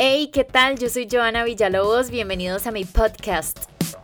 Hey, ¿qué tal? Yo soy Joana Villalobos, bienvenidos a mi podcast.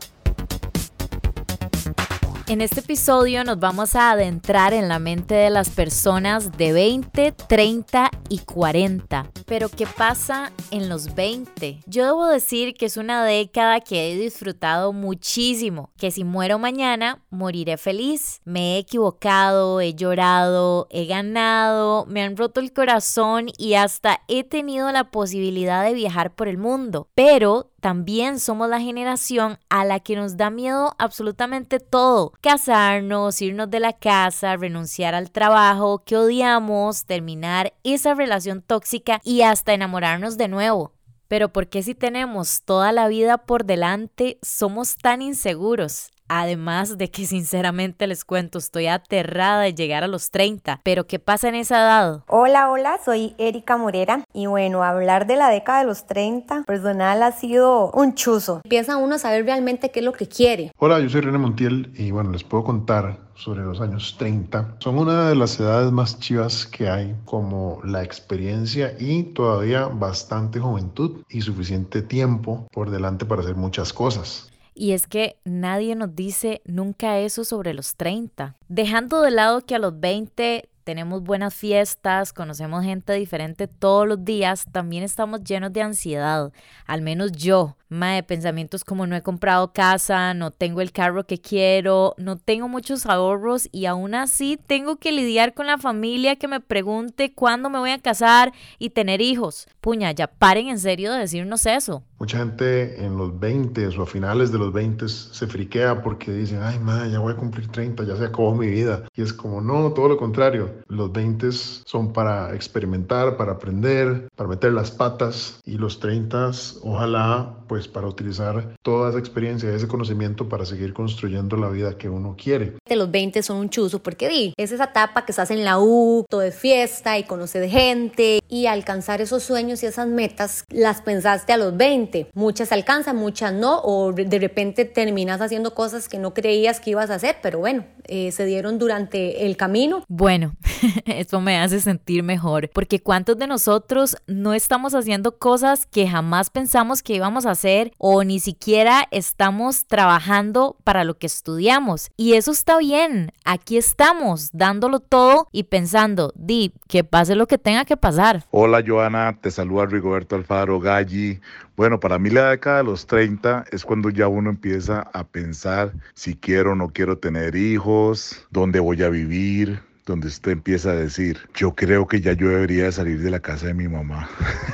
En este episodio nos vamos a adentrar en la mente de las personas de 20, 30 y 40. Pero ¿qué pasa en los 20? Yo debo decir que es una década que he disfrutado muchísimo, que si muero mañana, moriré feliz. Me he equivocado, he llorado, he ganado, me han roto el corazón y hasta he tenido la posibilidad de viajar por el mundo. Pero también somos la generación a la que nos da miedo absolutamente todo. Casarnos, irnos de la casa, renunciar al trabajo que odiamos, terminar esa relación tóxica y hasta enamorarnos de nuevo. Pero ¿por qué si tenemos toda la vida por delante somos tan inseguros? Además de que sinceramente les cuento, estoy aterrada de llegar a los 30. ¿Pero qué pasa en esa edad? Hola, soy Erika Morera y bueno, hablar de la década de los 30 personal ha sido un chuzo. Empieza uno a saber realmente qué es lo que quiere. Hola, yo soy René Montiel y bueno, les puedo contar sobre los años 30. Son una de las edades más chivas que hay, como la experiencia y todavía bastante juventud y suficiente tiempo por delante para hacer muchas cosas. Y es que nadie nos dice nunca eso sobre los 30. Dejando de lado que a los 20 tenemos buenas fiestas, conocemos gente diferente todos los días, también estamos llenos de ansiedad. Al menos yo, de pensamientos como no he comprado casa, no tengo el carro que quiero, no tengo muchos ahorros y aún así tengo que lidiar con la familia que me pregunte cuándo me voy a casar y tener hijos. Puña, ya paren en serio de decirnos eso. Mucha gente en los 20 o a finales de los 20 se friquea porque dicen, ay, ya voy a cumplir 30, ya se acabó mi vida. Y es como, no, todo lo contrario. Los 20 son para experimentar, para aprender, para meter las patas. Y los 30, ojalá, pues para utilizar toda esa experiencia, ese conocimiento para seguir construyendo la vida que uno quiere. Los 20 son un chuzo porque es esa etapa que estás en la U, todo de fiesta y conocer gente y alcanzar esos sueños y esas metas las pensaste a los 20. Muchas alcanzan, muchas no, o de repente terminas haciendo cosas que no creías que ibas a hacer, pero bueno, se dieron durante el camino. Bueno, esto me hace sentir mejor, porque ¿cuántos de nosotros no estamos haciendo cosas que jamás pensamos que íbamos a hacer o ni siquiera estamos trabajando para lo que estudiamos? Y eso está bien, aquí estamos dándolo todo y pensando, que pase lo que tenga que pasar. Hola Joana, te saluda Rigoberto Alfaro Galli. Bueno, para mí la década de los 30 es cuando ya uno empieza a pensar si quiero o no quiero tener hijos, dónde voy a vivir, donde usted empieza a decir, yo creo que ya yo debería salir de la casa de mi mamá.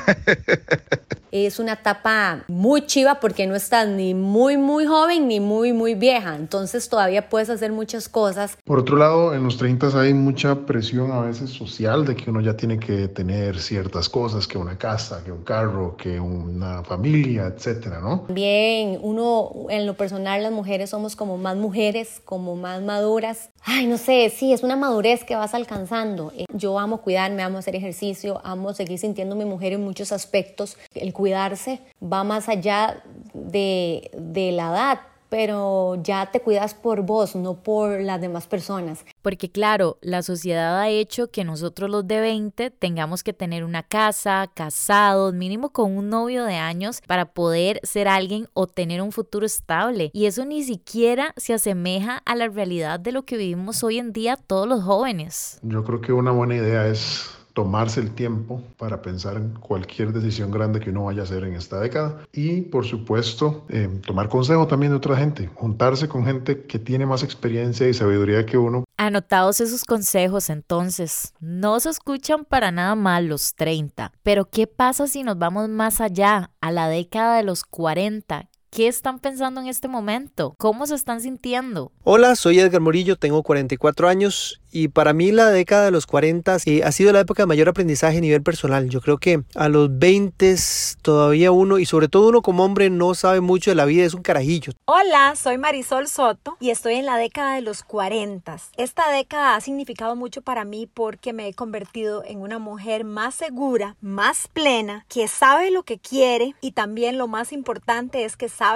Es una etapa muy chiva porque no estás ni muy joven ni muy vieja, entonces todavía puedes hacer muchas cosas. Por otro lado, en los 30 hay mucha presión a veces social de que uno ya tiene que tener ciertas cosas, que una casa, que un carro, que una familia, etcétera, ¿no? También uno, en lo personal, las mujeres somos como más mujeres, como más maduras. Ay, no sé, sí, es una madurez que vas alcanzando. Yo amo cuidarme, amo hacer ejercicio, amo seguir sintiéndome mujer en muchos aspectos. El cuidarse va más allá de la edad, pero ya te cuidas por vos, no por las demás personas. Porque claro, la sociedad ha hecho que nosotros los de 20 tengamos que tener una casa, casados, mínimo con un novio de años para poder ser alguien o tener un futuro estable. Y eso ni siquiera se asemeja a la realidad de lo que vivimos hoy en día todos los jóvenes. Yo creo que una buena idea es tomarse el tiempo para pensar en cualquier decisión grande que uno vaya a hacer en esta década y por supuesto tomar consejo también de otra gente, juntarse con gente que tiene más experiencia y sabiduría que uno. Anotados esos consejos entonces, no se escuchan para nada mal los 30, pero ¿qué pasa si nos vamos más allá, a la década de los 40? ¿Qué están pensando en este momento? ¿Cómo se están sintiendo? Hola, soy Edgar Morillo, tengo 44 años y para mí la década de los 40 ha sido la época de mayor aprendizaje a nivel personal. Yo creo que a los 20 todavía uno, y sobre todo uno como hombre, no sabe mucho de la vida, es un carajillo. Hola, soy Marisol Soto y estoy en la década de los 40. Esta década ha significado mucho para mí porque me he convertido en una mujer más segura, más plena, que sabe lo que quiere y también lo más importante es que sabe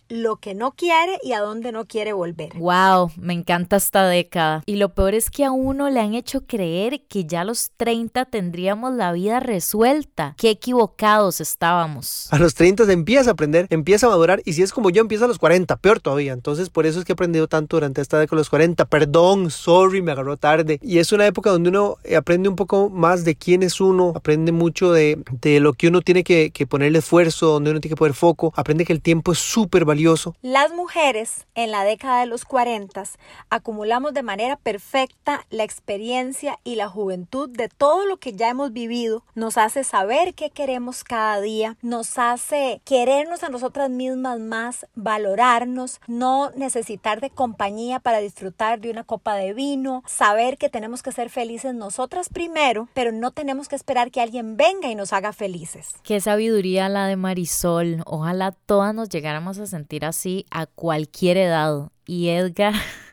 lo que no quiere y a dónde no quiere volver. Wow, me encanta esta década. Y lo peor es que a uno le han hecho creer que ya a los 30 tendríamos la vida resuelta. Qué equivocados estábamos. A los 30 se empieza a aprender, empieza a madurar, y si es como yo, empieza a los 40, peor todavía. Entonces, por eso es que he aprendido tanto durante esta década de los 40. Perdón, sorry, me agarró tarde. Y es una época donde uno aprende un poco más de quién es uno, aprende mucho de lo que uno tiene que ponerle esfuerzo, donde uno tiene que poner foco, aprende que el tiempo es súper valioso. Las mujeres en la década de los 40 acumulamos de manera perfecta la experiencia y la juventud de todo lo que ya hemos vivido. Nos hace saber qué queremos cada día, nos hace querernos a nosotras mismas más, valorarnos, no necesitar de compañía para disfrutar de una copa de vino, saber que tenemos que ser felices nosotras primero, pero no tenemos que esperar que alguien venga y nos haga felices. Qué sabiduría la de Marisol. Ojalá todas nos llegáramos a sentir así a cualquier edad. Y Edgar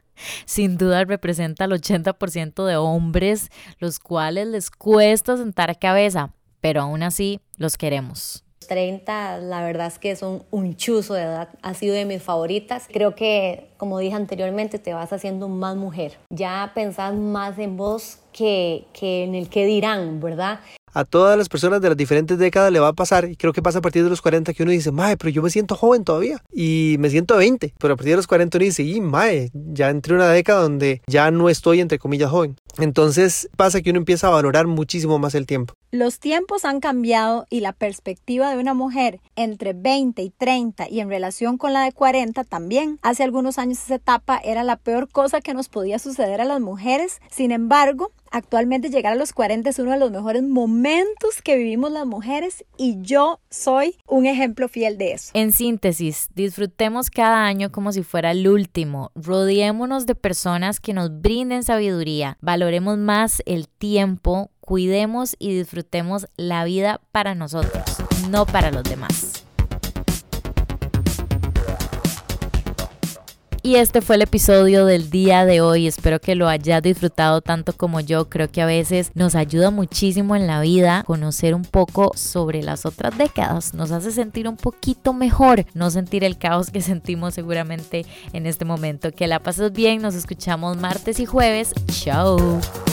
sin duda representa el 80% de hombres, los cuales les cuesta sentar cabeza, pero aún así los queremos. 30, la verdad es que son un chuzo de edad, ha sido de mis favoritas. Creo que, como dije anteriormente, te vas haciendo más mujer. Ya pensás más en vos que en el qué dirán, ¿verdad? A todas las personas de las diferentes décadas le va a pasar, y creo que pasa a partir de los 40, que uno dice, mae, pero yo me siento joven todavía, y me siento de 20, pero a partir de los 40 uno dice, mae, ya entré en una década donde ya no estoy, entre comillas, joven. Entonces pasa que uno empieza a valorar muchísimo más el tiempo. Los tiempos han cambiado y la perspectiva de una mujer entre 20 y 30 y en relación con la de 40 también. Hace algunos años esa etapa era la peor cosa que nos podía suceder a las mujeres. Sin embargo, actualmente llegar a los 40 es uno de los mejores momentos que vivimos las mujeres y yo soy un ejemplo fiel de eso. En síntesis, disfrutemos cada año como si fuera el último. Rodeémonos de personas que nos brinden sabiduría. Valoremos más el tiempo. Cuidemos y disfrutemos la vida para nosotros, no para los demás. Y este fue el episodio del día de hoy. Espero que lo hayas disfrutado tanto como yo. Creo que a veces nos ayuda muchísimo en la vida conocer un poco sobre las otras décadas. Nos hace sentir un poquito mejor, no sentir el caos que sentimos seguramente en este momento. Que la pases bien, nos escuchamos martes y jueves. Chao.